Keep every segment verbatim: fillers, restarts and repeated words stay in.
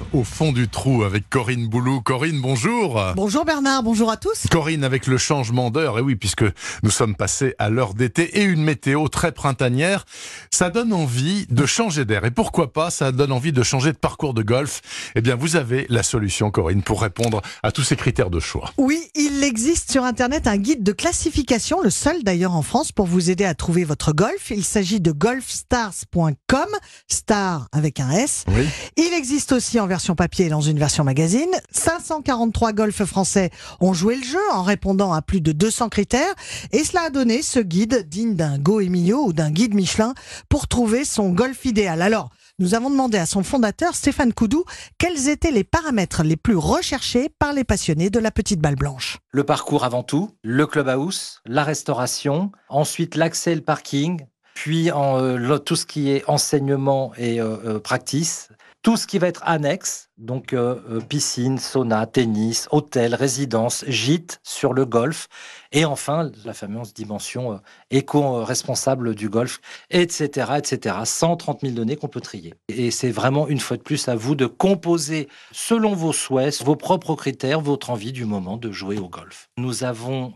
au fond du trou avec Corinne Boulou. Corinne, bonjour. Bonjour Bernard, bonjour à tous. Corinne, avec le changement d'heure, et oui, puisque nous sommes passés à l'heure d'été et une météo très printanière, ça donne envie de changer d'air. Et pourquoi pas, ça donne envie de changer de parcours de golf. Eh bien, vous avez la solution, Corinne, pour répondre à tous ces critères de choix. Oui, il existe sur Internet un guide de classification, le seul d'ailleurs en France, pour vous aider à trouver votre golf. Il s'agit de golf stars point com, star avec un S. Oui. Il existe aussi en version papier et dans une version magazine. cinq cent quarante-trois golfs français ont joué le jeu en répondant à plus de deux cents critères. Et cela a donné ce guide digne d'un Go Emilio ou d'un guide Michelin pour trouver son golf idéal. Alors, nous avons demandé à son fondateur, Stéphane Coudou, quels étaient les paramètres les plus recherchés par les passionnés de la petite balle blanche. Le parcours avant tout, le clubhouse, la restauration, ensuite l'accès et le parking, puis en, euh, le, tout ce qui est enseignement et euh, euh, practice, tout ce qui va être annexe, donc euh, euh, piscine, sauna, tennis, hôtel, résidence, gîte sur le golf, et enfin la fameuse dimension euh, éco-responsable du golf, et cetera, et cetera. cent trente mille données qu'on peut trier. Et c'est vraiment une fois de plus à vous de composer selon vos souhaits, vos propres critères, votre envie du moment de jouer au golf. Nous avons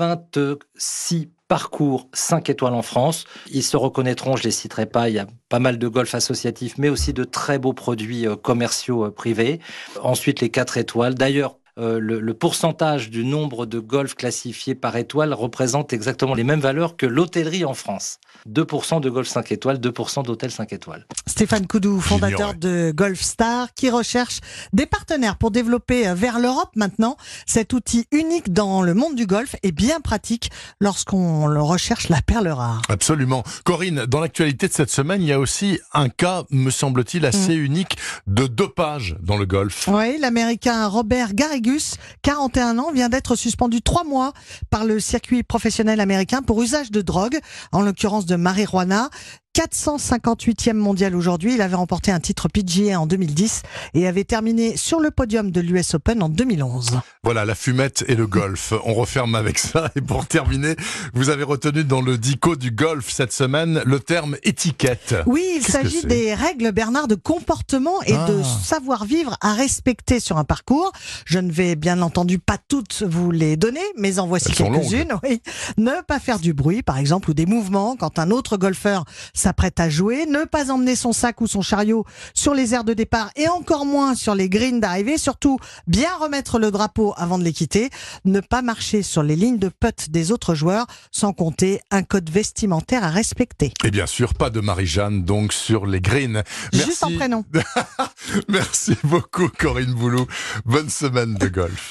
vingt-six parcours cinq étoiles en France. Ils se reconnaîtront, je ne les citerai pas, il y a pas mal de golf associatif, mais aussi de très beaux produits euh, commerciaux euh, privés. Ensuite, les quatre étoiles. D'ailleurs, euh, le, le pourcentage du nombre de golfs classifiés par étoile représente exactement les mêmes valeurs que l'hôtellerie en France. deux pour cent de golf cinq étoiles, deux pour cent d'hôtel cinq étoiles. Stéphane Coudou, fondateur J'ignorais. de Golf Star, qui recherche des partenaires pour développer vers l'Europe maintenant cet outil unique dans le monde du golf et bien pratique lorsqu'on le recherche la perle rare. Absolument. Corinne, dans l'actualité de cette semaine, il y a aussi un cas, me semble-t-il, assez mmh. unique de dopage dans le golf. Oui, l'Américain Robert Garrigus, quarante et un ans, vient d'être suspendu trois mois par le circuit professionnel américain pour usage de drogue, en l'occurrence de marijuana. quatre cent cinquante-huitième mondial aujourd'hui, il avait remporté un titre P G A en deux mille dix et avait terminé sur le podium de l'U S Open en deux mille onze. Voilà, la fumette et le golf. On referme avec ça. Et pour terminer, vous avez retenu dans le dico du golf cette semaine le terme étiquette. Oui, il Qu'est-ce s'agit des règles, Bernard, de comportement et ah. de savoir-vivre à respecter sur un parcours. Je ne vais bien entendu pas toutes vous les donner, mais en voici quelques-unes. Oui. Ne pas faire du bruit, par exemple, ou des mouvements quand un autre golfeur s'apprête à jouer, ne pas emmener son sac ou son chariot sur les aires de départ et encore moins sur les greens d'arrivée, surtout bien remettre le drapeau avant de les quitter, ne pas marcher sur les lignes de putt des autres joueurs, sans compter un code vestimentaire à respecter. Et bien sûr, pas de Marie-Jeanne donc sur les greens. Merci. Juste en prénom. Merci beaucoup Corinne Boulou. Bonne semaine de golf.